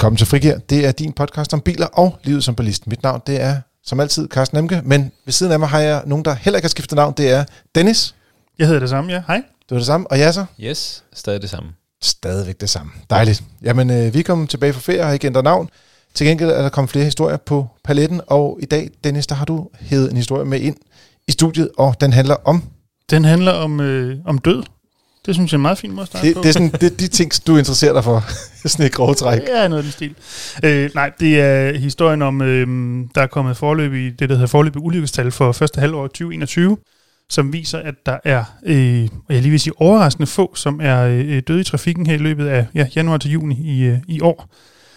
Velkommen til Frigir. Det er din podcast om biler og livet som ballist. Mit navn, det er som altid Carsten Emke, men ved siden af mig har jeg nogen, der heller ikke har skiftet navn. Det er Dennis. Jeg hedder det samme, ja. Hej. Du er det samme. Og Yasser? Yes, stadig det samme. Stadigvæk det samme. Dejligt. Jamen, vi er kommet tilbage fra ferie og har ikke ændret navn. Til gengæld er der kommet flere historier på paletten, og i dag, Dennis, der har du hævet en historie med ind i studiet, og den handler om... Den handler om død. Det synes jeg er en meget fin måde at starte på. Det er sådan, det er de ting, du interesserer dig for. Sådan et grove træk. Ja, noget af den stil. Nej, det er historien om, der er kommet forløb i det, der hedder forløb i ulykkestal for første halvår 2021, som viser, at der er, og jeg lige vil sige overraskende få, som er døde i trafikken her i løbet af januar til juni i år.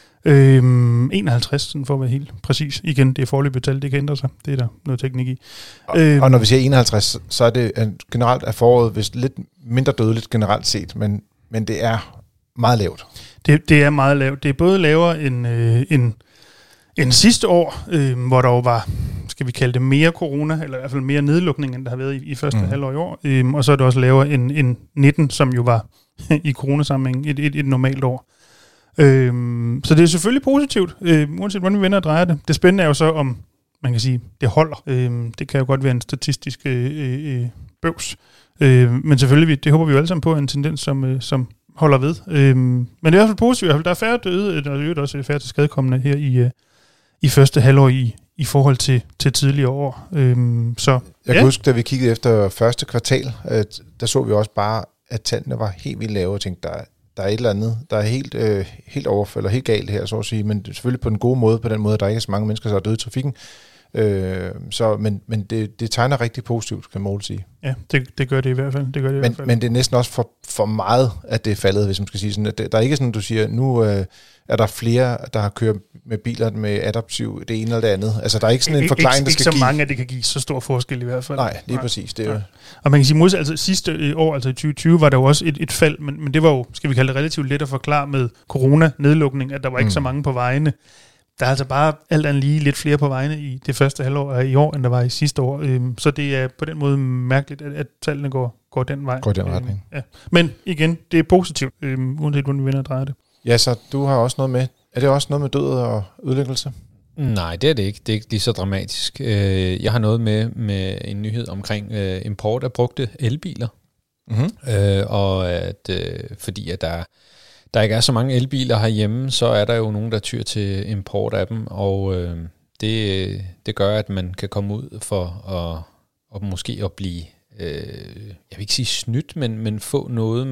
51, sådan for at være helt præcis. Igen, det er forløbet tal, det kan ændre sig. Det er der noget teknik i. Og når vi siger 51, så er det generelt af foråret vist lidt mindre dødeligt generelt set, men det er meget lavt. Det er meget lavt. Det er både lavere end sidste år, hvor der jo var, skal vi kalde det mere corona, eller i hvert fald mere nedlukning, end der har været i første halvår i år. Og så er det også lavere end 19, som jo var i coronasammenhæng et normalt år. Så det er selvfølgelig positivt, uanset hvordan vi vender og drejer det. Det spændende er jo så, om man kan sige, det holder. Det kan jo godt være en statistisk bøvs. Men selvfølgelig, det håber vi jo alle sammen på, en tendens, som holder ved. Men det er i hvert fald positivt. Der er færre døde, og der er også færre til skadekommende her i første halvår i forhold til tidligere år. Så, jeg kan huske, da vi kiggede efter første kvartal, der så vi også bare, at tallene var helt vildt lave, og tænkte, der er et eller andet, der er helt overfældet, helt galt her, så at sige, men selvfølgelig på den gode måde, på den måde, at der ikke er så mange mennesker, der er døde i trafikken. Men det tegner rigtig positivt, kan man sige. Ja, det gør det i hvert fald. Men det er næsten også for meget, at det er faldet, hvis man skal sige sådan. At der er ikke sådan, du siger, nu er der flere, der har kørt med biler med adaptiv, det ene eller det andet. Altså, der er ikke sådan en forklaring, der skal give... Ikke så mange, at det kan give så stor forskel i hvert fald. Nej, lige præcis. Det er jo... Og man kan sige, modsat, altså sidste år, altså i 2020, var der jo også et fald, men det var jo, skal vi kalde det, relativt let at forklare med corona-nedlukning, at der var ikke så mange på vejene. Der er altså bare alt andet lige lidt flere på vejene i det første halvår af i år, end der var i sidste år. Så det er på den måde mærkeligt, at tallene går den vej. Går den retning. Ja. Men igen, det er positivt, uanset hvordan vi vender og drejer det. Ja, så du har også noget med. Er det også noget med død og ødelæggelse? Nej, det er det ikke. Det er ikke lige så dramatisk. Jeg har noget med en nyhed omkring import af brugte elbiler. Mm-hmm. Og at fordi at der ikke er så mange elbiler herhjemme, så er der jo nogen, der tyr til import af dem, og det gør, at man kan komme ud for at måske at blive, jeg vil ikke sige snydt, men få noget,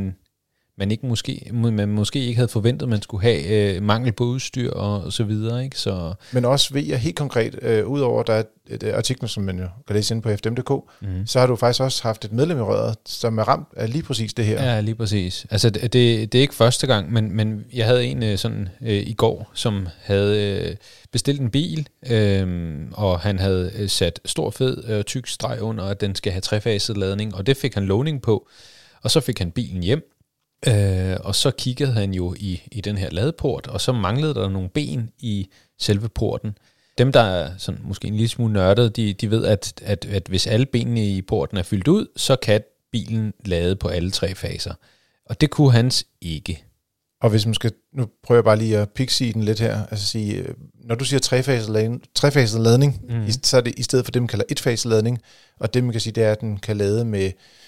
man måske ikke havde forventet, man skulle have mangel på udstyr og så videre, ikke? Så men også ved jeg helt konkret, udover der er et artikel, som man jo kan læse inde på fdm.dk, så har du faktisk også haft et medlem i røret, som er ramt af lige præcis det her. Ja, lige præcis. Altså det er ikke første gang, men jeg havde en sådan i går, som havde bestilt en bil, og han havde sat stor fed tyk streg under, at den skal have trefaset ladning, og det fik han lovning på, og så fik han bilen hjem. Og så kiggede han jo i den her ladeport, og så manglede der nogle ben i selve porten. Dem, der er sådan, måske en lille smule nørdede, de ved, at hvis alle benene i porten er fyldt ud, så kan bilen lade på alle tre faser. Og det kunne hans ikke. Og hvis man skal, nu prøver jeg bare lige at piksige den lidt her, altså sige, når du siger trefaset ladning, så er det i stedet for det, man kalder etfaset ladning, og det, man kan sige, det er, at den kan lade med,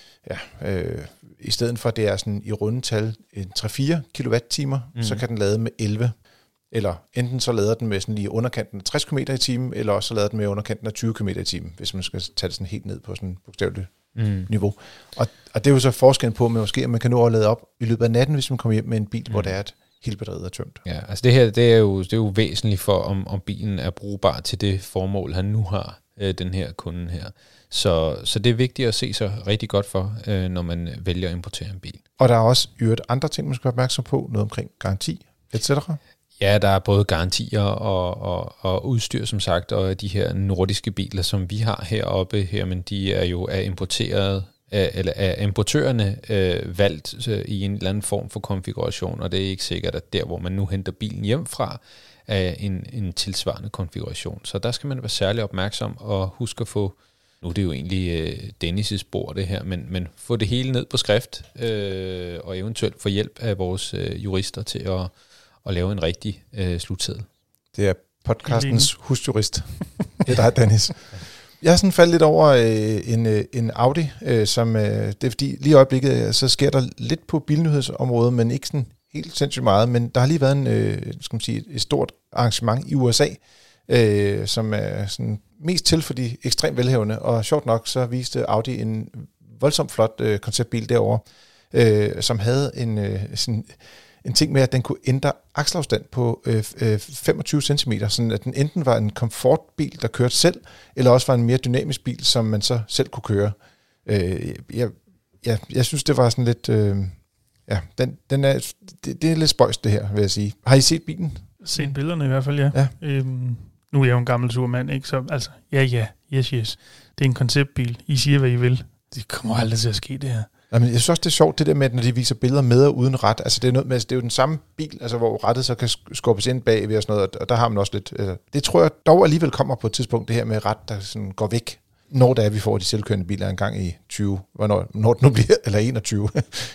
i stedet for, at det er sådan i rundetal 3-4 kWh, så kan den lade med 11. Eller enten så lader den med sådan lige underkanten af 60 km i timen, eller også så lader den med underkanten af 20 km i timen, hvis man skal tage det sådan helt ned på sådan et bogstaveligt niveau. Og det er jo så forskellen på, at man kan nå at lade op i løbet af natten, hvis man kommer hjem med en bil, hvor der er et hele batteriet er tømt. Ja, altså det her, det er jo væsentligt for, om bilen er brugbar til det formål, han nu har, den her kunde her. Så det er vigtigt at se sig rigtig godt for, når man vælger at importere en bil. Og der er også andre ting, man skal være opmærksom på, noget omkring garanti, etc. Ja, der er både garantier og udstyr, som sagt, og de her nordiske biler, som vi har heroppe her, men de er jo af importørerne valgt i en eller anden form for konfiguration, og det er ikke sikkert, at der, hvor man nu henter bilen hjem fra, er en tilsvarende konfiguration. Så der skal man være særlig opmærksom og huske at få, nu er det jo egentlig Dennis' spor det her, men få det hele ned på skrift, og eventuelt få hjælp af vores jurister til at lave en rigtig slutseddel. Det er podcastens husjurist. Det er dig, Dennis. Jeg har sådan faldet lidt over en Audi, som det er fordi lige i øjeblikket, så sker der lidt på bilnyhedsområdet, men ikke sådan helt sindssygt meget, men der har lige været et stort arrangement i USA, som er sådan mest til for de ekstremt velhavende, og sjovt nok, så viste Audi en voldsomt flot konceptbil derovre, som havde en ting med, at den kunne ændre akselafstand på 25 cm, sådan at den enten var en komfortbil, der kørte selv, eller også var en mere dynamisk bil, som man så selv kunne køre. Jeg synes, det var sådan lidt... det er lidt spøjst, det her, vil jeg sige. Har I set bilen? Set billederne i hvert fald, ja. Nu er jeg jo en gammel turmand, ikke? Så altså, yes. Det er en konceptbil. I siger, hvad I vil. Det kommer aldrig til at ske, det her. Jamen, jeg synes også, det er sjovt, det der med, når de viser billeder med og uden rat. Altså, det er noget med, det er jo den samme bil, altså, hvor rattet så kan skubbes ind bagved og sådan noget, og der har man også lidt... det tror jeg dog alligevel kommer på et tidspunkt, det her med rat, der sådan går væk, når det er, vi får de selvkørende biler en gang i 20, når det nu bliver, eller 21.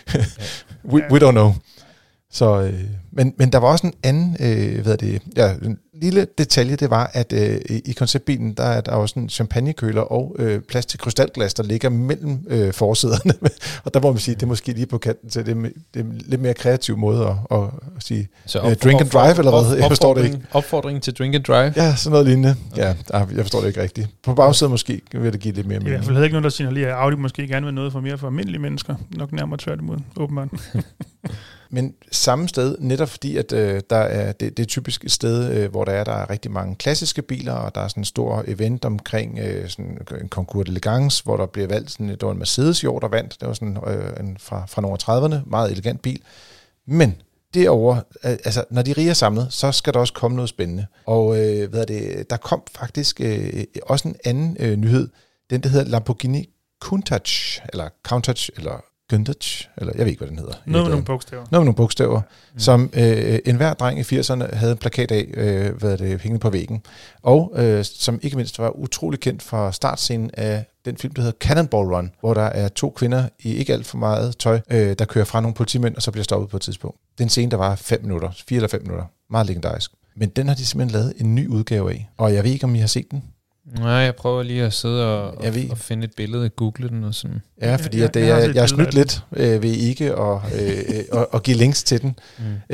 we don't know. Så, men der var også en anden, en lille detalje, det var, at i konceptbilen, der er der også en champagnekøler og plads til krystalglas, der ligger mellem forsæderne. Og der må man sige, det er måske lige på kanten til det er en lidt mere kreativ måde at sige drink and drive, eller hvad? Jeg forstår det ikke. Opfordring til drink and drive? Ja, sådan noget lignende. Okay. Ja, jeg forstår det ikke rigtigt. På bagsædet måske vil det give lidt mere mening. I hvert fald havde ikke noget, der signalerer, at Audi måske gerne vil noget for mere for almindelige mennesker. Nok nærmere tværtimod, åbenbart. Men samme sted, netop fordi, at der er, det er typisk et sted, hvor der er rigtig mange klassiske biler, og der er sådan en stor event omkring sådan en Concours d'Elegance, hvor der bliver valgt sådan, det var en Mercedes i år, der vandt. Det var sådan fra nogle af 30'erne, meget elegant bil. Men derovre, altså når de rige er samlet, så skal der også komme noget spændende. Og der kom faktisk også en anden nyhed, den der hedder Lamborghini Countach, eller Countach, eller jeg ved ikke, hvad den hedder. Noget med nogle bogstaver. Som enhver dreng i 80'erne havde en plakat af, hængende på væggen. Og som ikke mindst var utrolig kendt fra startscenen af den film, der hedder Cannonball Run, hvor der er 2 kvinder i ikke alt for meget tøj, der kører fra nogle politimænd, og så bliver stoppet på et tidspunkt. Det er en scene, der var 4 eller 5 minutter. Meget legendarisk. Men den har de simpelthen lavet en ny udgave af. Og jeg ved ikke, om I har set den. Nej, jeg prøver lige at sidde og finde et billede, google den og sådan. Ja, fordi jeg har snydt lidt ved ikke at give links til den.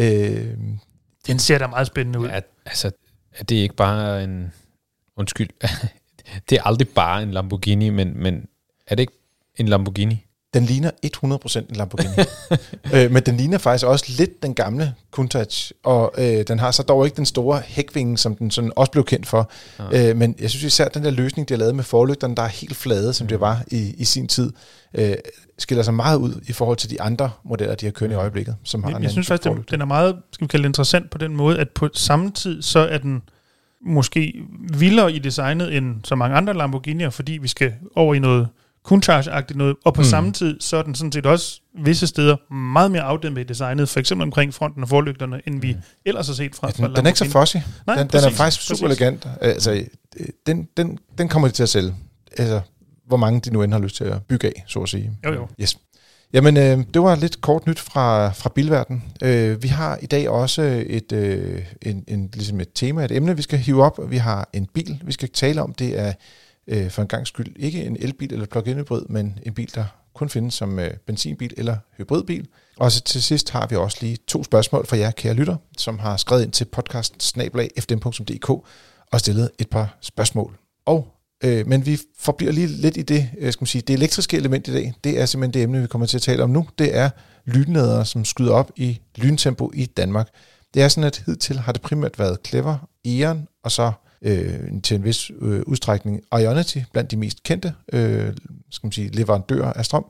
Den ser da meget spændende ud. Ja, altså, er det ikke bare en... Undskyld. Det er aldrig bare en Lamborghini, men er det ikke en Lamborghini? Den ligner 100% en Lamborghini. Men den ligner faktisk også lidt den gamle Countach, og den har så dog ikke den store hækvinge, som den sådan også blev kendt for. Men jeg synes især, den der løsning, de har lavet med forlygterne, der er helt flade, som det var i sin tid, skiller sig meget ud i forhold til de andre modeller, de har kørt i øjeblikket. Som har jeg synes faktisk, den er meget, skal vi kalde det, interessant på den måde, at på samme tid, så er den måske vildere i designet end så mange andre Lamborghinier, fordi vi skal over i noget Countach-agtigt noget, og på samme tid, så er den sådan set også visse steder meget mere afdæmpet i designet, for eksempel omkring fronten og forlygterne, end vi ellers har set fra Lamborghini. Den er ikke så fussy. Den er faktisk super elegant. Altså, den kommer de til at sælge. Altså, hvor mange de nu end har lyst til at bygge af, så at sige. Jo. Yes. Jamen, det var lidt kort nyt fra bilverden. Vi har i dag også ligesom et tema, et emne, vi skal hive op. Vi har en bil, vi skal tale om. Det er for en gang skyld ikke en elbil eller plug-in hybrid, men en bil, der kun findes som benzinbil eller hybridbil. Og så til sidst har vi også lige 2 spørgsmål fra jer, kære lytter, som har skrevet ind til podcast@fdm.dk og stillet et par spørgsmål. Men vi forbliver lige lidt i det, det elektriske element i dag. Det er simpelthen det emne, vi kommer til at tale om nu. Det er lynladere, som skyder op i lyntempo i Danmark. Det er sådan, at hidtil har det primært været Clever, E.ON og så til en vis udstrækning Ionity, blandt de mest kendte leverandører af strøm,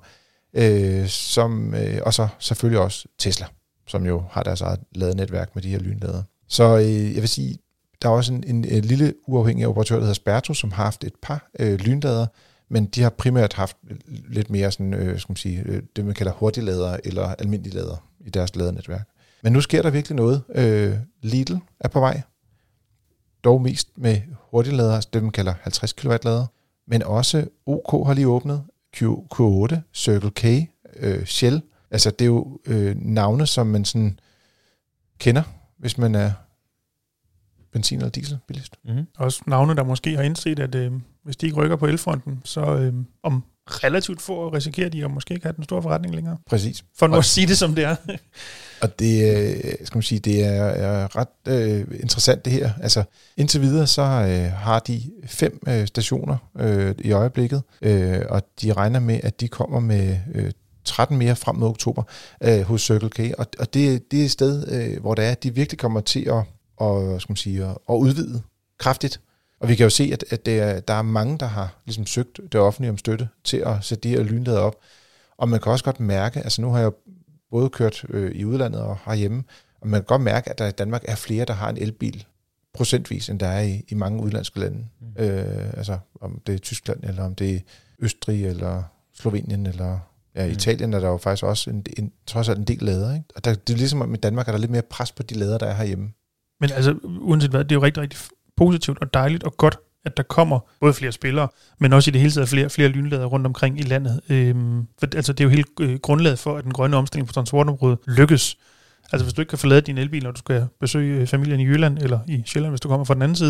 og så selvfølgelig også Tesla, som jo har deres eget ladenetværk med de her lynladere. Så jeg vil sige, der er også en lille uafhængig operatør, der hedder Sperto, som har haft et par lynladere, men de har primært haft lidt mere sådan, det man kalder hurtigladere eller almindelige ladere i deres ladenetværk. Men nu sker der virkelig noget. Lidl er på vej, dog mest med hurtigladere, det man kalder 50 kW lader, men også OK har lige åbnet, Q8, Circle K, Shell. Altså det er jo navne, som man sådan kender hvis man er benzin- eller dieselbilist. Mm-hmm. Også navne, der måske har indset, at hvis de ikke rykker på elfronten, så om relativt få risikerer de at måske ikke have den store forretning længere. Præcis. For nu at sige det, som det er. Og det, skal man sige, det er ret interessant det her. Altså indtil videre, så har de 5 stationer i øjeblikket, og de regner med, at de kommer med 13 mere frem mod oktober hos Circle K. Og det er et sted, hvor det er, at de virkelig kommer til at udvide kraftigt. Og vi kan jo se, at der er mange, der har ligesom søgt det offentlige om støtte til at sætte de her lynlader op. Og man kan også godt mærke, altså nu har jeg jo både kørt i udlandet og herhjemme, og man kan godt mærke, at der i Danmark er flere, der har en elbil procentvis, end der er i mange udlandske lande. Altså om det er Tyskland, eller om det er Østrig, eller Slovenien, eller Italien, er der jo faktisk også trods alt en del lader. Ikke? Og det er ligesom, at i Danmark er der lidt mere pres på de lader, der er herhjemme. Men altså, uanset hvad, det er jo rigtig, rigtig positivt og dejligt og godt, at der kommer både flere spillere, men også i det hele taget flere lynlader rundt omkring i landet. For altså, det er jo helt grundlaget for, at den grønne omstilling på transportområdet lykkes. Altså hvis du ikke kan forlade din elbil, når du skal besøge familien i Jylland, eller i Sjælland, hvis du kommer fra den anden side,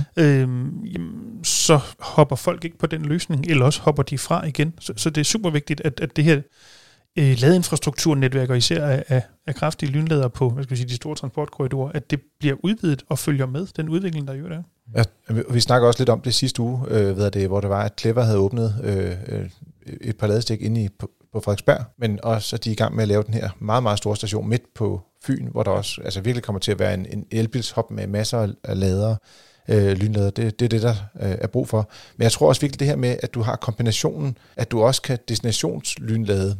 så hopper folk ikke på den løsning, eller også hopper de fra igen. Så det er super vigtigt, at det her ladeinfrastrukturnetværk, og især af kraftige lynlader på de store transportkorridorer, at det bliver udvidet og følger med den udvikling, der jo er. Ja, vi snakker også lidt om det sidste uge, hvor det var, at Clever havde åbnet et par ladestik inde på Frederiksberg, men også at de er i gang med at lave den her meget, meget store station midt på Fyn, hvor der også altså virkelig kommer til at være en elbilshop med masser af ladere, lynlader. Det er det, der er brug for. Men jeg tror også virkelig det her med, at du har kombinationen, at du også kan destinationslynlade,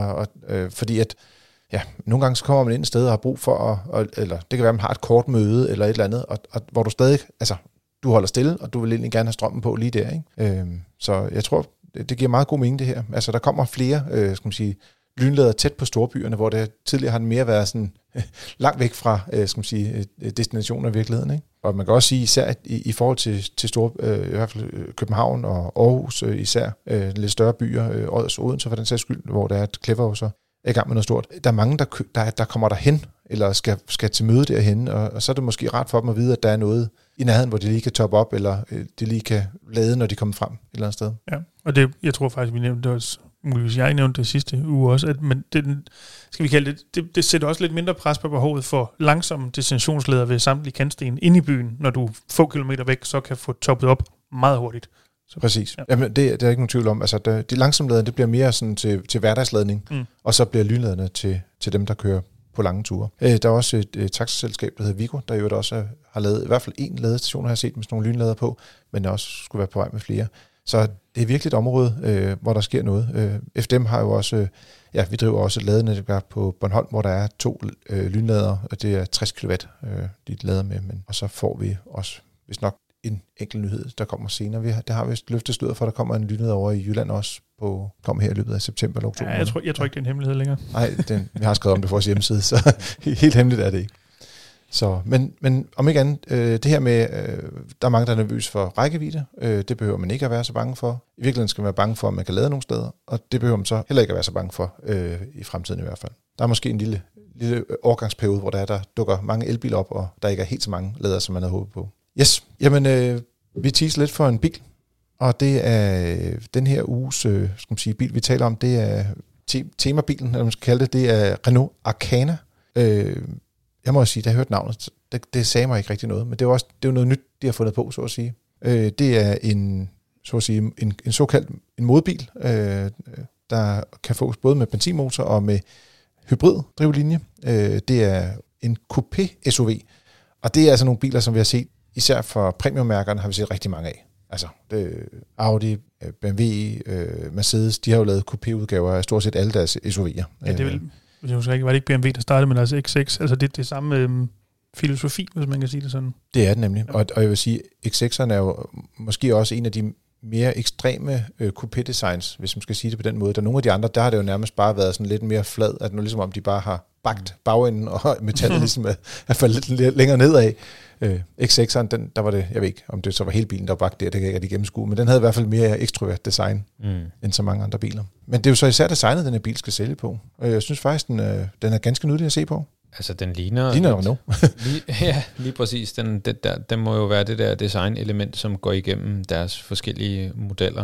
fordi at nogle gange så kommer man ind et sted og har brug for, eller det kan være, at man har et kort møde eller et eller andet, og hvor du stadig, altså du holder stille, og du vil egentlig gerne have strømmen på lige der, ikke? Så jeg tror, det giver meget god mening det her. Altså der kommer flere, lynlader tæt på storbyerne, hvor det tidligere har mere været sådan langt væk fra, destinationer i virkeligheden, ikke? Og man kan også sige, især i forhold til store, i hvert fald København og Aarhus, især lidt større byer, Odense for den sags skyld, hvor der er et Clever så er i gang med noget stort. Der er mange, der kommer derhen, eller skal til møde derhen, og så er det måske rart for dem at vide, at der er noget i nærheden, hvor de lige kan toppe op, eller de lige kan lade, når de kommer frem et eller andet sted. Ja, og det, jeg tror faktisk, vi nævnte det også, muligvis jeg nævnte det sidste uge også, at men skal vi kalde det sætter også lidt mindre pres på behovet for langsomme destinationsleder ved samtlige kantsten inde i byen, når du få kilometer væk, så kan få toppet op meget hurtigt. Så, præcis. Ja. Jamen, det er ikke nogen tvivl om. Altså, de langsomladerne, det bliver mere sådan til hverdagsladning, og så bliver lynladerne til dem, der kører på lange ture. Der er også et taxiselskab, der hedder Vigo, der jo også har lavet i hvert fald en ladestation, har jeg set med sådan nogle lynlader på, men der også skulle være på vej med flere. Så det er virkelig et område, hvor der sker noget. FDM har jo også, vi driver også et ladenetværk på Bornholm, hvor der er 2 lynlader, og det er 60 kW, de lader med. Og så får vi også, hvis nok, en enkelt nyhed, der kommer senere. Det har vi løftet sløret for, der kommer en lynlade over i Jylland også, kommer her i løbet af september eller oktober. Ja, jeg tror ikke, det er en hemmelighed længere. Nej, vi har skrevet om det på vores hjemmeside, så helt hemmeligt er det ikke. Så, men om ikke andet, det her med, der er mange, der er nervøse for rækkevidde, det behøver man ikke at være så bange for. I virkeligheden skal man være bange for, at man kan lade nogle steder, og det behøver man så heller ikke at være så bange for, i fremtiden i hvert fald. Der er måske en lille overgangsperiode, hvor der dukker mange elbiler op, og der ikke er helt så mange lader, som man havde håbet på. Yes, jamen vi teaser lidt for en bil, og det er den her uges bil, vi taler om, det er temabilen, eller man skal kalde det er Renault Arcana. Jeg må også sige, da jeg hørte navnet, det sagde mig ikke rigtig noget, men det er jo noget nyt, de har fundet på, så at sige. Det er en såkaldt en modbil, der kan fås både med benzinmotor og med hybrid-drivlinje. Det er en coupé SUV, og det er altså nogle biler, som vi har set, især for premiummærkerne har vi set rigtig mange af. Altså Audi, BMW, Mercedes, de har jo lavet coupé-udgaver af stort set alle deres SUV'er. Ja, var det ikke BMW, der startede, men altså X6. Altså det er samme filosofi, hvis man kan sige det sådan. Det er det nemlig. Ja. Og jeg vil sige, X6'erne er jo måske også en af de mere ekstreme coupé-designs, hvis man skal sige det på den måde. Der er nogle af de andre, der har det jo nærmest bare været sådan lidt mere flad, at nu ligesom om de bare har bagt bagenden, og metallet ligesom er faldet lidt længere nedad. X6'eren, der var det, jeg ved ikke, om det så var hele bilen, der var bagt der, det kan jeg ikke gennemskue, men den havde i hvert fald mere ekstrovert design, end så mange andre biler. Men det er jo så især designet, den her bil skal sælge på. Jeg synes faktisk, den er ganske nydelig at se på. Altså, den ligner... Ligner jo nu. Lige præcis. Den må jo være det der design-element, som går igennem deres forskellige modeller.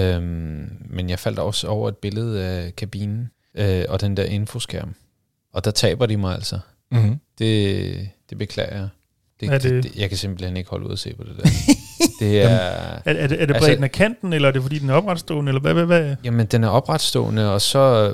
Men jeg faldt også over et billede af kabinen og den der infoskærm. Og der taber de mig altså. Mm-hmm. Det beklager jeg. Jeg kan simpelthen ikke holde ud at se på det der. Det er det bredden af kanten, eller er det fordi den er opretstående, eller hvad? Jamen, den er opretstående, og så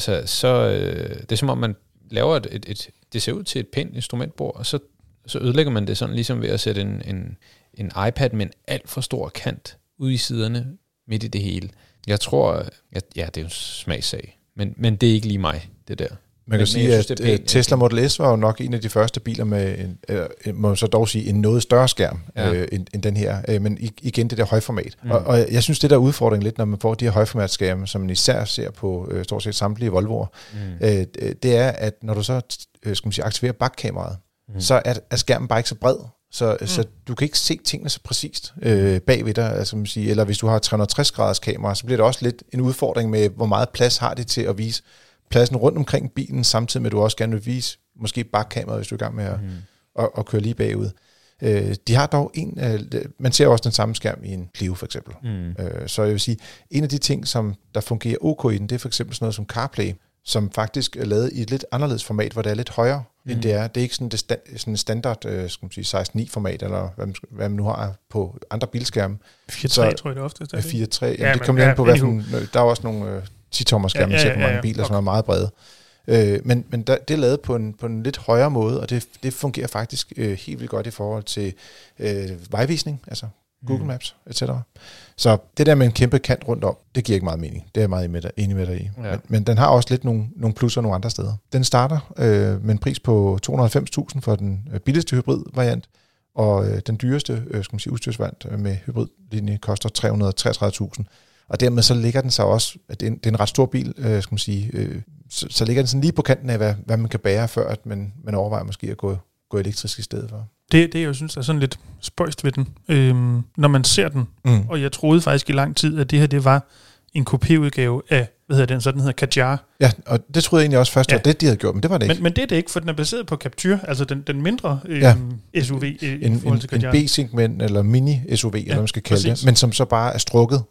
det er som om man laver det ser ud til et pænt instrumentbord, og så ødelægger man det sådan ligesom ved at sætte en iPad med en alt for stor kant ude i siderne midt i det hele. Jeg tror, det er jo en smagssag, men det er ikke lige mig, det der. Man kan sige, at Tesla Model S var jo nok en af de første biler med må så dog sige, en noget større skærm end den her. Men igen, det der højformat. Og jeg synes, det der udfordring lidt, når man får de her højformatskærme, som man især ser på stort set samtlige Volvo'er, det er, at når du så aktiverer bakkameraet, så er skærmen bare ikke så bred. Så du kan ikke se tingene så præcist bagved dig, altså man siger, eller hvis du har 360 graders kamera, så bliver det også lidt en udfordring med, hvor meget plads har det til at vise pladsen rundt omkring bilen, samtidig med, at du også gerne vil vise måske bakkameraet, hvis du er i gang med at køre lige bagud. De har dog man ser også den samme skærm i en Clio for eksempel. Så jeg vil sige, en af de ting, som der fungerer ok i den, det er for eksempel sådan noget som CarPlay, som faktisk er lavet i et lidt anderledes format, hvor det er lidt højere, end det er. Det er ikke sådan et standard 16:9 format, eller hvad man nu har på andre bilskærme. 4:3 tror jeg det oftest. 4:3, ja, det kommer an på, der er også nogle 10-tommer skærme, man ser på mange biler, som er meget brede. Men det er lavet på en lidt højere måde, og det fungerer faktisk helt vildt godt i forhold til vejvisning, altså Google Maps, etc. Så det der med en kæmpe kant rundt om, det giver ikke meget mening. Det er jeg meget enig med dig i. Ja. Men den har også lidt nogle plusser nogle andre steder. Den starter med en pris på 290.000 for den billigste hybridvariant, og den dyreste udstyrsvariant med hybridlinje koster 333.000. Og dermed så ligger den så også, at det er en ret stor bil, så ligger den sådan lige på kanten af, hvad man kan bære, før at man overvejer måske at gå elektrisk i stedet for. Det jeg synes er sådan lidt spøjst ved den, når man ser den, og jeg troede faktisk i lang tid, at det her det var en kopiudgave af, den hedder Kadjar. Ja, og det troede jeg egentlig også først, at det de havde gjort, men det var det ikke. Men det er det ikke, for den er baseret på Captur, altså den mindre SUV i forhold til Kadjar. En B-segment eller mini-SUV, eller hvad man skal kalde det, men som så bare er strukket,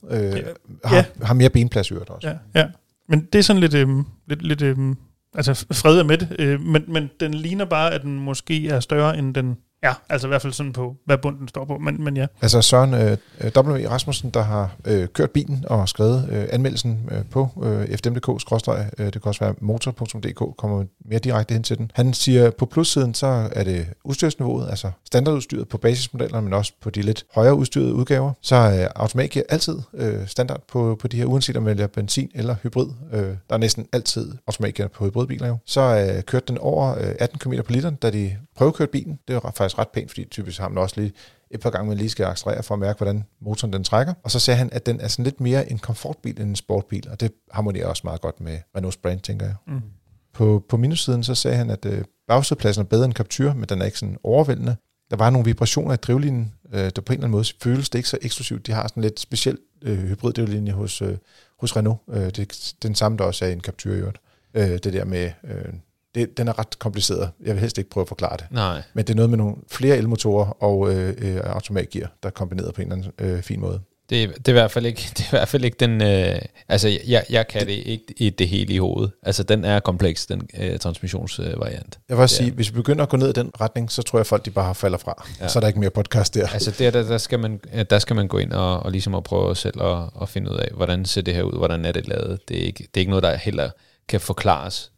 har mere benplads i øvrigt også. Ja. Men det er sådan lidt altså fred med det, men den ligner bare, at den måske er større end den. Ja, altså i hvert fald sådan på, hvad bunden står på, men ja. Altså Søren W. Rasmussen, der har kørt bilen og skrevet anmeldelsen på fdm.dk, det kan også være motor.dk, kommer mere direkte hen til den. Han siger, på plussiden, så er det udstyrsniveauet, altså standardudstyret på basismodellerne, men også på de lidt højere udstyrede udgaver. Så er automatgear altid standard på de her, uanset om man vælger benzin eller hybrid. Der er næsten altid automatgear på hybridbiler jo. Så kørte den over 18 km på literen, da de prøvekørte bilen. Det var faktisk ret pænt, fordi typisk har man også lige et par gange, man lige skal accelerere for at mærke, hvordan motoren den trækker. Og så sagde han, at den er sådan lidt mere en komfortbil end en sportbil, og det harmonerer også meget godt med Renaults brand, tænker jeg. På minussiden, så sagde han, at bagsædepladsen er bedre end Captur, men den er ikke sådan overvældende. Der var nogle vibrationer i drivlinjen, der på en eller anden måde føles det ikke så eksklusivt. De har sådan lidt speciel hybriddrivlinje hos Renault. Det er den samme, der også er i en Captur i øvrigt. Det der med... Den er ret kompliceret. Jeg vil helst ikke prøve at forklare det. Nej. Men det er noget med nogle flere elmotorer og automatgear, der er kombineret på en eller anden fin måde. Det er i hvert fald ikke den... altså, jeg kan det ikke i det hele i hovedet. Altså, den er kompleks, den transmissionsvariant. Jeg vil også sige, hvis vi begynder at gå ned i den retning, så tror jeg, folk de bare falder fra. Ja. Så er der ikke mere podcast der. Altså, der skal man gå ind og ligesom at prøve selv at finde ud af, hvordan ser det her ud, hvordan er det lavet. Det er ikke noget, der heller kan forklares.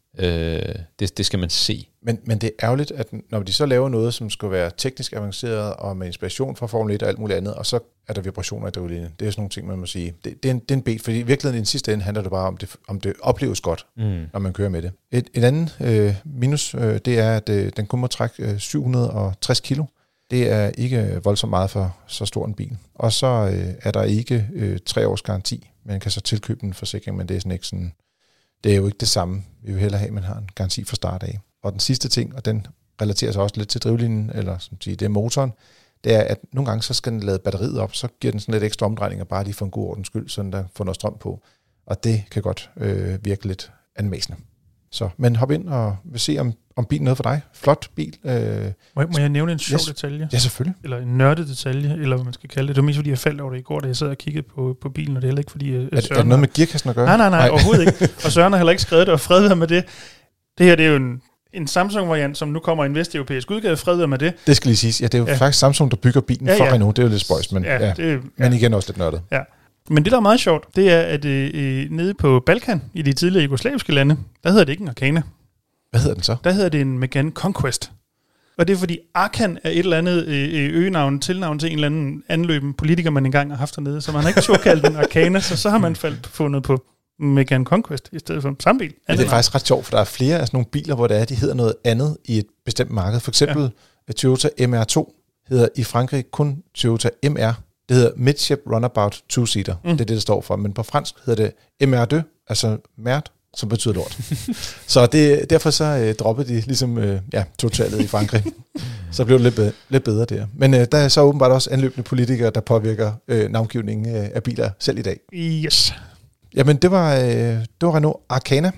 Det skal man se. Men det er ærgerligt, at når de så laver noget, som skal være teknisk avanceret og med inspiration fra Formel 1 og alt muligt andet, og så er der vibrationer i drivlinjen. Det er sådan nogle ting, man må sige. Det er en bed, fordi i virkeligheden i den sidste ende handler det bare om det opleves godt, når man kører med det. Et andet minus, det er, at den kun må trække 760 kilo. Det er ikke voldsomt meget for så stor en bil. Og så er der ikke 3 års garanti. Man kan så tilkøbe en forsikring, men det er sådan ikke sådan... Det er jo ikke det samme. Vi vil hellere have, at man har en garanti fra start af. Og den sidste ting, og den relaterer sig også lidt til drivlinjen, eller som siger, det er motoren, det er, at nogle gange så skal den lade batteriet op, så giver den sådan lidt ekstra omdrejninger, bare lige for en god ordens skyld, så der får noget strøm på. Og det kan godt virke lidt anmæsende. Så, men hop ind og vil se, om bilen er noget for dig. Flot bil. Må jeg nævne en sjov detalje? Ja, selvfølgelig. Eller en nørdet detalje, eller hvad man skal kalde det. Det var mest fordi, jeg faldt over det i går, da jeg sad og kiggede på bilen, og det er heller ikke fordi... Er det noget med gearkassen at gøre? Nej, overhovedet ikke. Og Søren har heller ikke skrevet det, og fred være med det. Det her, det er jo en Samsung-variant, som nu kommer i en vesteuropæisk udgave. Fred være med det. Det skal lige siges. Ja, det er jo faktisk Samsung, der bygger bilen for Renault. Det er jo lidt spøjs, men, men igen også lidt nørdet. Ja. Men det, der er meget sjovt, det er, at nede på Balkan, i de tidligere jugoslaviske lande, der hedder det ikke en Arkana. Hvad hedder den så? Der hedder det en Megane Conquest. Og det er fordi Arkan er et eller andet øgenavn, tilnavn til en eller anden anløben politiker, man engang har haft dernede. Så man har ikke turkaldt den Arkana, så har man fundet på Megane Conquest i stedet for samme bil. Ja, det er faktisk ret sjovt, for der er flere af sådan nogle biler, hvor de hedder noget andet i et bestemt marked. For eksempel Toyota MR2 hedder i Frankrig kun Toyota MR. Det hedder Midship Runabout 2-seater. Det er det står for. Men på fransk hedder det MR2, altså mærd, som betyder lort. Så derfor så droppede de ligesom totalet i Frankrig. Så blev det lidt bedre der. Men der er så åbenbart også anløbende politikere, der påvirker navngivningen af biler selv i dag. Yes. Jamen, det var Renault Arkana.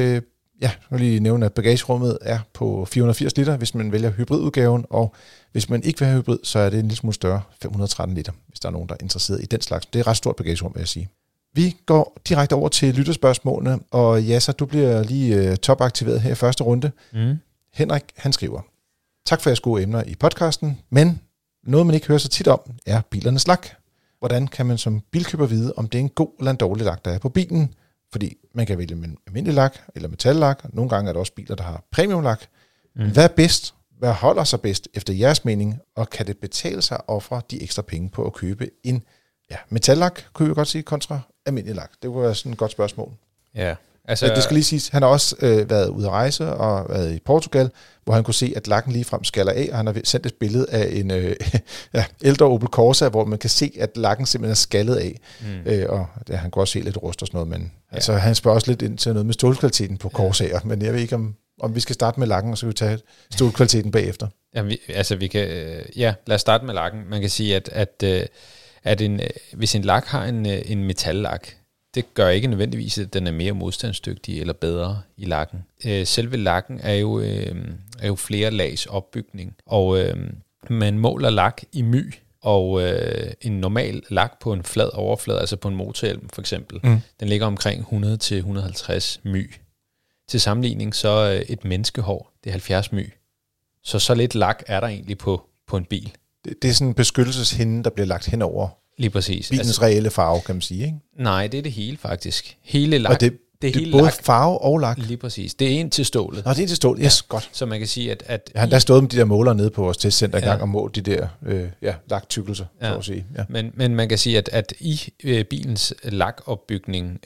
Jeg vil lige nævne, at bagagerummet er på 480 liter, hvis man vælger hybridudgaven, og hvis man ikke vil have hybrid, så er det en lille smule større, 513 liter, hvis der er nogen, der er interesseret i den slags. Det er et ret stort bagagerum, vil jeg sige. Vi går direkte over til lytterspørgsmålene, og Yasser, du bliver lige topaktiveret her i første runde. Henrik, han skriver: Tak for jeres gode emner i podcasten, men noget, man ikke hører så tit om, er bilernes lak. Hvordan kan man som bilkøber vide, om det er en god eller en dårlig lak, der er på bilen? Fordi man kan vælge med almindelig lak eller metallak. Nogle gange er der også biler, der har premiumlak. Hvad er bedst? Hvad holder sig bedst efter jeres mening? Og kan det betale sig at ofre de ekstra penge på at købe en metallak, kunne vi godt sige, kontra almindelig lak? Det kunne være sådan et godt spørgsmål. Ja. Altså, det skal lige siges, han har også været ude at rejse og været i Portugal, hvor han kunne se, at lakken ligefrem skaller af, og han har sendt et billede af en ældre Opel Corsa, hvor man kan se, at lakken simpelthen er skaldet af. Og han kunne også se lidt rust og sådan noget, men altså, han spørger også lidt ind til noget med stålkvaliteten på Corsa'er, men jeg ved ikke, om vi skal starte med lakken, og så kan vi tage stålkvaliteten bagefter. Lad os starte med lakken. Man kan sige, at hvis en lak har en metallak, det gør ikke nødvendigvis, at den er mere modstandsdygtig eller bedre i lakken. Selve lakken er jo flere lags opbygning, og man måler lak i my, og en normal lak på en flad overflade, altså på en motorhjelm for eksempel, den ligger omkring 100-150 my. Til sammenligning så et menneskehår, det er 70 my. Så lidt lak er der egentlig på en bil. Det er sådan en beskyttelseshinde, der bliver lagt hen over lige præcis. Bilens reelle farve, kan man sige, ikke? Nej, det er det hele faktisk. Hele lak. Og det er både lak, farve og lak? Lige præcis. Det er en til stålet. Nå, det er en til stålet. Yes, godt. Så man kan sige, at jeg har endda stået med de der målere nede på vores testcenter engang og målt de der laktykkelser, så at sige. Ja. Men man kan sige, at i bilens lakopbygning,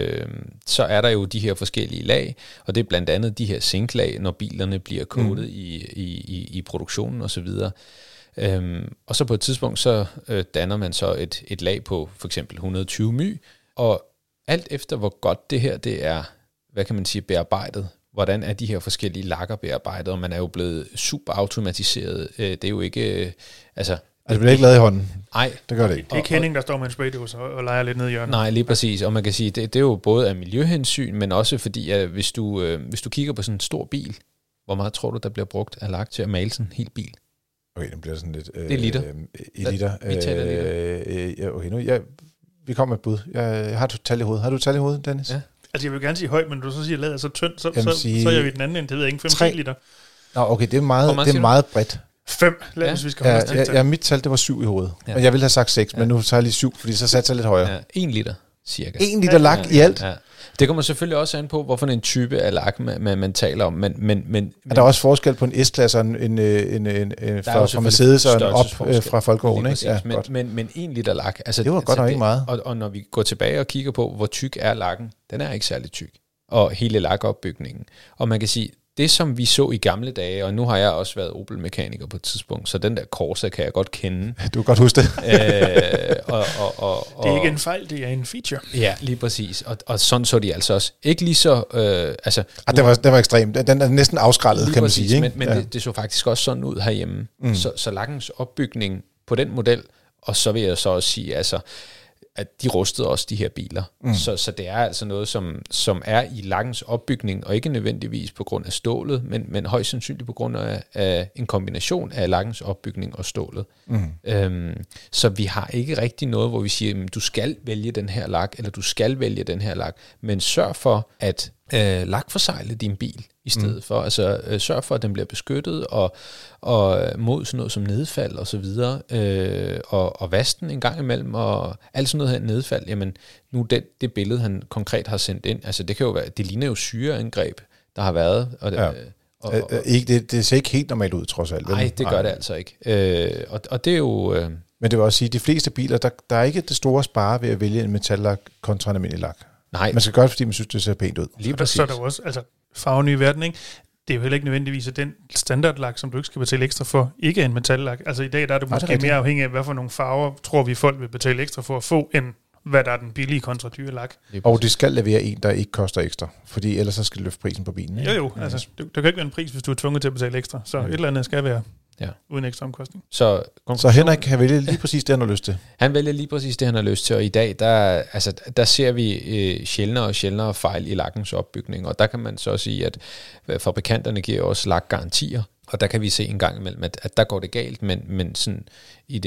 så er der jo de her forskellige lag, og det er blandt andet de her zinklag, når bilerne bliver kodet i produktionen osv. Og så på et tidspunkt, så danner man så et lag på for eksempel 120 my, og alt efter hvor godt det her det er, hvad kan man sige, bearbejdet, hvordan er de her forskellige lakker bearbejdet, og man er jo blevet super automatiseret. Det er jo ikke... Altså, det bliver ikke lavet i hånden? Nej. Det gør det ikke. Det er ikke Henning, der står med en spraydose og leger lidt ned i hjørnet. Nej, lige præcis. Og man kan sige, det er jo både af miljøhensyn, men også fordi, at hvis du kigger på sådan en stor bil, hvor meget tror du, der bliver brugt af lak til at male sådan en hel bil? Okay, den bliver sådan lidt... det er liter. I liter. Vi taler liter. Okay, nu... Vi kommer med et bud. Jeg har et tal i hovedet. Har du et tal i hovedet, Dennis? Ja. Altså, jeg vil gerne sige højt, men du så siger, at ladet er så tyndt, så er jeg ved den anden end, det ved jeg ikke, 5 liter. Nå, okay, det er meget bredt. 5, hvis vi skal holde os til. Mit tal, det var 7 i hovedet. Men jeg ville have sagt 6, men nu tager jeg lige 7, fordi så satte jeg lidt højere. 1 liter, cirka. 1 liter lak i alt? Ja. Det kommer selvfølgelig også an på, hvorfor en type af lak, man taler om. Men er der også forskel på en S-klasse og en fra Mercedes og en op fra Folkevogn, ikke? Ja, men 1 liter lak. Altså, det var godt nok ikke meget. Og når vi går tilbage og kigger på, hvor tyk er lakken, den er ikke særlig tyk. Og hele lakopbygningen. Og man kan sige, det som vi så i gamle dage, og nu har jeg også været Opel-mekaniker på et tidspunkt, så den der Corsa kan jeg godt kende. Du kan godt huske det. Det er ikke en fejl, det er en feature. Ja, lige præcis. Og sådan så de altså også. Ikke lige så... den var ekstrem. Den er næsten afskrællet, kan man sige. Ikke? Men det så faktisk også sådan ud herhjemme. Så lakkens opbygning på den model, og så vil jeg så også sige, altså at de rustede også de her biler. Så det er altså noget, som er i lakkens opbygning, og ikke nødvendigvis på grund af stålet, men højst sandsynligt på grund af en kombination af lakkens opbygning og stålet. Så vi har ikke rigtig noget, hvor vi siger, du skal vælge den her lak, eller du skal vælge den her lak, men sørg for at lakforsegle din bil i stedet for. Altså sørg for, at den bliver beskyttet og mod sådan noget som nedfald og så videre, og vask den en gang imellem, og alt sådan noget her nedfald, jamen nu det billede, han konkret har sendt ind, altså det kan jo være, det ligner jo syreangreb, der har været, det ser ikke helt normalt ud, trods alt. Nej, det gør det altså ikke. Og det er jo... Men det vil også sige, at de fleste biler, der er ikke det store spare ved at vælge en metallak kontra en almindelig lak. Nej. Man skal gøre det, fordi man synes, det ser pænt ud. Lige præcis. Så er der jo også, altså farven i verden, ikke? Det er jo heller ikke nødvendigvis, at den standardlak, som du ikke skal betale ekstra for, ikke er en metallak. Altså i dag der er det måske mere afhængig af, hvad for nogle farver, tror vi folk vil betale ekstra for at få, end hvad der er den billige kontra dyre lak. Og det skal levere en, der ikke koster ekstra, fordi ellers så skal det løfte prisen på bilen. Ikke? Jo, altså der kan ikke være en pris, hvis du er tvunget til at betale ekstra. Så et eller andet skal være uden ekstra omkostning. Så Henrik kan vælge lige præcis det, han har lyst til. Han vælger lige præcis det, han har lyst til, og i dag, der ser vi sjældnere fejl i lakkens opbygning, og der kan man så sige, at fabrikanterne giver også lakgarantier, og der kan vi se en gang imellem, at der går det galt, men sådan i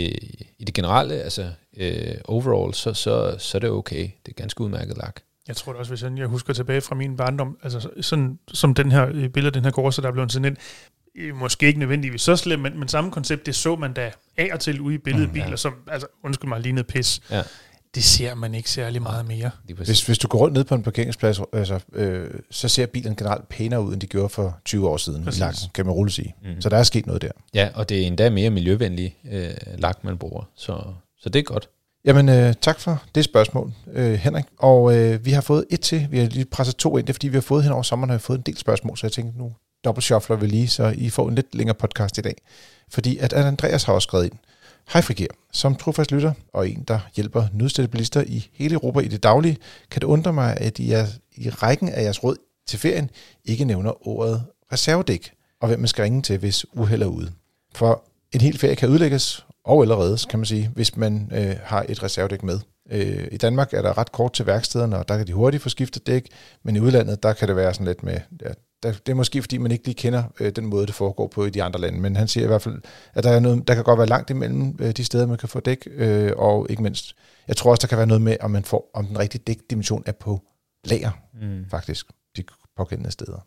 det generelle, altså overall, så er det okay. Det er ganske udmærket lak. Jeg tror det også, hvis jeg husker tilbage fra min barndom, altså sådan som den her billede, den her Corsa, der er blevet sendt ind, måske ikke nødvendigvis så slemt, men samme koncept, det så man da af og til ude i billedbiler, som, altså undskyld mig, lignede pis. Ja. Det ser man ikke særlig meget mere. Hvis du går rundt ned på en parkeringsplads, altså, så ser bilen generelt pænere ud, end de gjorde for 20 år siden i lakken, kan man roligt sige. Så der er sket noget der. Ja, og det er endda mere miljøvenlig lak, man bruger. Så det er godt. Jamen, tak for det spørgsmål, Henrik. Og vi har fået et til. Vi har lige presset 2 ind, det er fordi, vi har fået hen over sommeren, har vi fået en del spørgsmål, så jeg tænkte, nu dobbeltshuffler vi lige, så I får en lidt længere podcast i dag. Fordi at Andreas har også skrevet ind. Hej Frigir, som trofast lytter og en, der hjælper nødstedte bilister i hele Europa i det daglige, kan det undre mig, at I rækken af jeres råd til ferien ikke nævner ordet reservedæk, og hvem man skal ringe til, hvis uheld er ude. For en hel ferie kan udlægges, og allerede, kan man sige, hvis man har et reservedæk med. I Danmark er der ret kort til værkstederne, og der kan de hurtigt få skiftet dæk, men i udlandet, der kan det være sådan lidt med... Ja, det er måske, fordi man ikke lige kender den måde, det foregår på i de andre lande, men han siger i hvert fald, at der er noget, der kan godt være langt imellem de steder, man kan få dæk, og ikke mindst, jeg tror også, der kan være noget med, om den rigtige dækdimension er på lager, faktisk, de pågældende steder.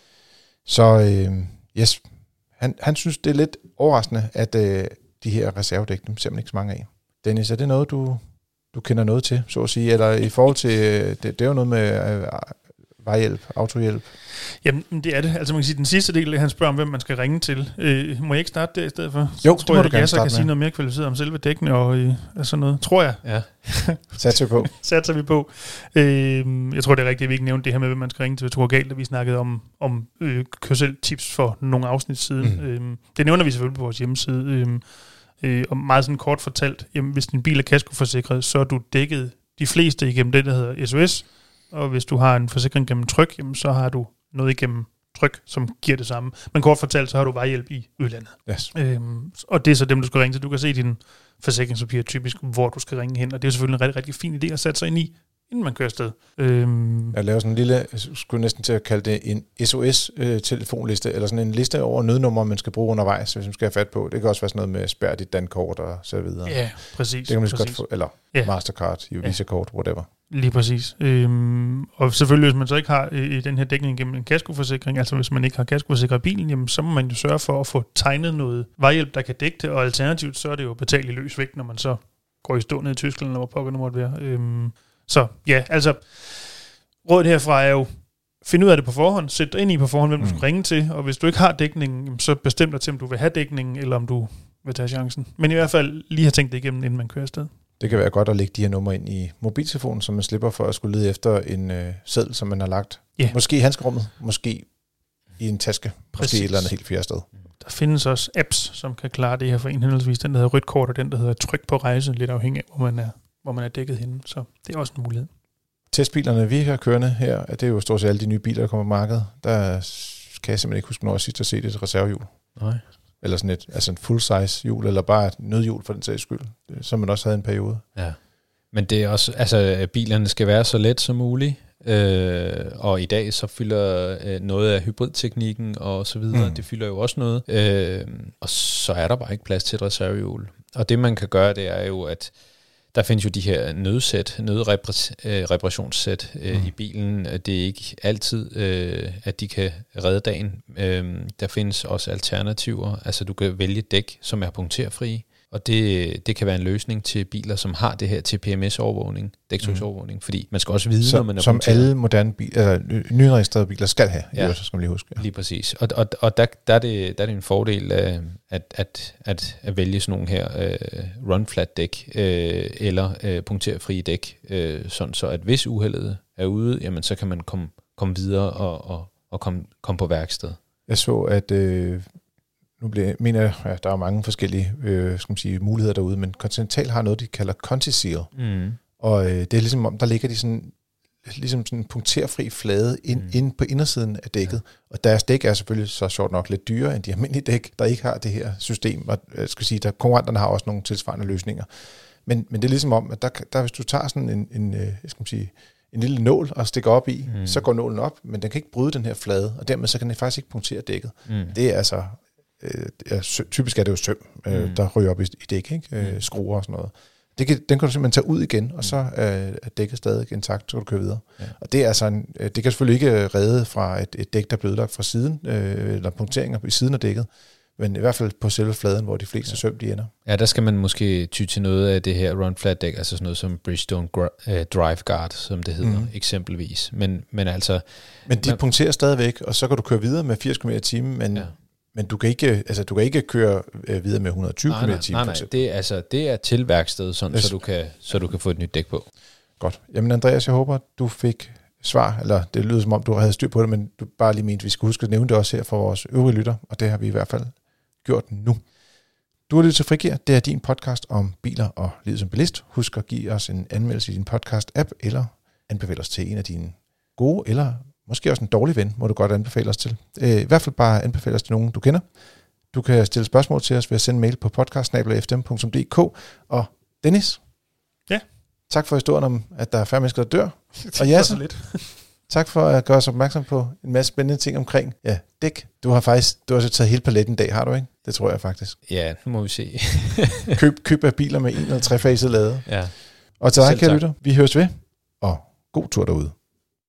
Så yes, han synes, det er lidt overraskende, at de her reservedæk, dem ser man ikke så mange af. Dennis, er det noget, du kender noget til, så at sige, eller i forhold til, det er jo noget med... vejhjælp, autohjælp? Jamen, det er det. Altså man kan sige, den sidste del, han spørger om, hvem man skal ringe til. Må jeg ikke starte der i stedet for? Jo, så tror jeg, at jeg kan sige noget mere kvalificeret om selve dækkene og sådan noget. Tror jeg. Ja. Satser vi på. Jeg tror, det er rigtigt, at vi ikke nævnte det her med, hvem man skal ringe til, hvis det var galt, da vi snakkede om kørseltips for nogle afsnit siden. Det nævner vi selvfølgelig på vores hjemmeside. Og meget sådan kort fortalt, jamen, hvis din bil er kaskoforsikret, så er du dækket de fleste igennem det, der hedder SOS. Og hvis du har en forsikring gennem Tryg, jamen, så har du noget igennem Tryg, som giver det samme. Men kort fortalt, så har du vejhjælp i udlandet. Yes. Og det er så dem, du skal ringe til. Du kan se din forsikringspapir typisk, hvor du skal ringe hen. Og det er selvfølgelig en rigtig, rigtig fin idé at sætte sig ind i, inden man kører afsted. Jeg laver sådan en lille, jeg skulle næsten til at kalde det en SOS-telefonliste, eller sådan en liste over nødnummer, man skal bruge undervejs, hvis man skal have fat på. Det kan også være sådan noget med spær dit dankort og så videre. Ja, præcis. Det kan man godt få, eller Mastercard, Visa-kort, whatever. Lige præcis. Og selvfølgelig, hvis man så ikke har den her dækning gennem en kaskoforsikring, altså hvis man ikke har kaskoforsikret bilen, jamen, så må man jo sørge for at få tegnet noget vejhjælp, der kan dække det, og alternativt så er det jo betalt i løs vægt, når man så går i stå ned i Tyskland, eller hvor pokker det måtte være. Så ja, altså rådet herfra er jo, find ud af det på forhånd, sæt dig ind i på forhånd, hvem du skal ringe til, og hvis du ikke har dækningen, så bestem dig til, om du vil have dækningen, eller om du vil tage chancen. Men i hvert fald lige have tænkt det igennem, inden man kører afsted. Det kan være godt at lægge de her numre ind i mobiltelefonen, så man slipper for at skulle lede efter en seddel, som man har lagt. Yeah. Måske i handskerummet, måske i en taske, måske et eller andet helt fjerde sted. Der findes også apps, som kan klare det her for en henholdsvis. Den, der hedder Rødt Kort, og den, der hedder Tryk på rejse, lidt afhængig af, hvor man er dækket henne. Så det er også en mulighed. Testbilerne, vi har kørende her, det er jo stort set alle de nye biler, der kommer på markedet. Der kan jeg simpelthen ikke huske, når jeg sidst har set et reservehjul. Nej. Eller sådan en full-size hjul, eller bare et nødhjul for den sags skyld, som man også havde en periode. Ja. Men det er også, altså bilerne skal være så let som muligt, og i dag så fylder noget af hybridteknikken og så videre, det fylder jo også noget, og så er der bare ikke plads til et reservehjul. Og det man kan gøre, det er jo, at der findes jo de her nødreparationssæt i bilen. Det er ikke altid, at de kan redde dagen. Der findes også alternativer. Altså du kan vælge dæk, som er punkterfrie. Og det kan være en løsning til biler, som har det her TPMS-overvågning, dæktryksovervågning, fordi man skal også vide, når man er punkteret. Som alle moderne nyregistrerede biler skal have, ja, så skal man lige huske. Ja. Lige præcis. Og der er det en fordel at vælge sådan nogle her run-flat dæk eller punkterfrie dæk, sådan så at hvis uheldet er ude, jamen så kan man komme videre og komme på værksted. Jeg så, at mener jeg, ja, der er mange forskellige skal man sige, muligheder derude, men Continental har noget, de kalder ContiSeal. Og det er ligesom om, der ligger de sådan, ligesom sådan en punkterfri flade ind på indersiden af dækket. Og deres dæk er selvfølgelig så sjovt nok lidt dyrere end de almindelige dæk, der ikke har det her system. Og jeg skal sige, at konkurrenterne har også nogle tilsvarende løsninger. Men det er ligesom om, at der hvis du tager sådan en lille nål og stikker op i, så går nålen op, men den kan ikke bryde den her flade, og dermed så kan den faktisk ikke punktere dækket. Det er altså typisk er det jo søm, der ryger op i dæk, ikke? Skruer og sådan noget. Den kan du simpelthen tage ud igen, og så er dækket stadig intakt, så kan du køre videre. Ja. Og det er altså det kan selvfølgelig ikke redde fra et dæk, der er blevet lagt fra siden, eller punkteringer i siden af dækket, men i hvert fald på selve fladen, hvor de fleste søm de ender. Ja, der skal man måske ty til noget af det her run-flat dæk, altså sådan noget som Bridgestone Drive Guard, som det hedder, eksempelvis. Men de punkterer stadigvæk, og så kan du køre videre med 80 km/t, men du kan ikke køre videre med 120 km/t. Nej, det er til værksted, sådan, så du kan få et nyt dæk på. Godt. Jamen Andreas, jeg håber, du fik svar, eller det lyder som om, du havde styr på det, men du bare lige mente, vi skulle huske at nævne det også her for vores øvrige lytter, og det har vi i hvert fald gjort nu. Du har lyttet til Frigir. Det er din podcast om biler og livet som bilist. Husk at give os en anmeldelse i din podcast-app, eller anbefale os til en af dine gode, eller måske også en dårlig ven, må du godt anbefale os til. I hvert fald bare anbefale os til nogen, du kender. Du kan stille spørgsmål til os ved at sende mail på podcast@fdm.dk. Og Dennis, tak for historien om, at der er færre mennesker, der dør. Og Jasse, tak for at gøre os opmærksom på en masse spændende ting omkring dæk. Du har så taget hele paletten i dag, har du ikke? Det tror jeg faktisk. Ja, nu må vi se. køb af biler med 1 eller 3-faset lade. Ja. Og til dig, kære lytter, vi høres ved, og god tur derude.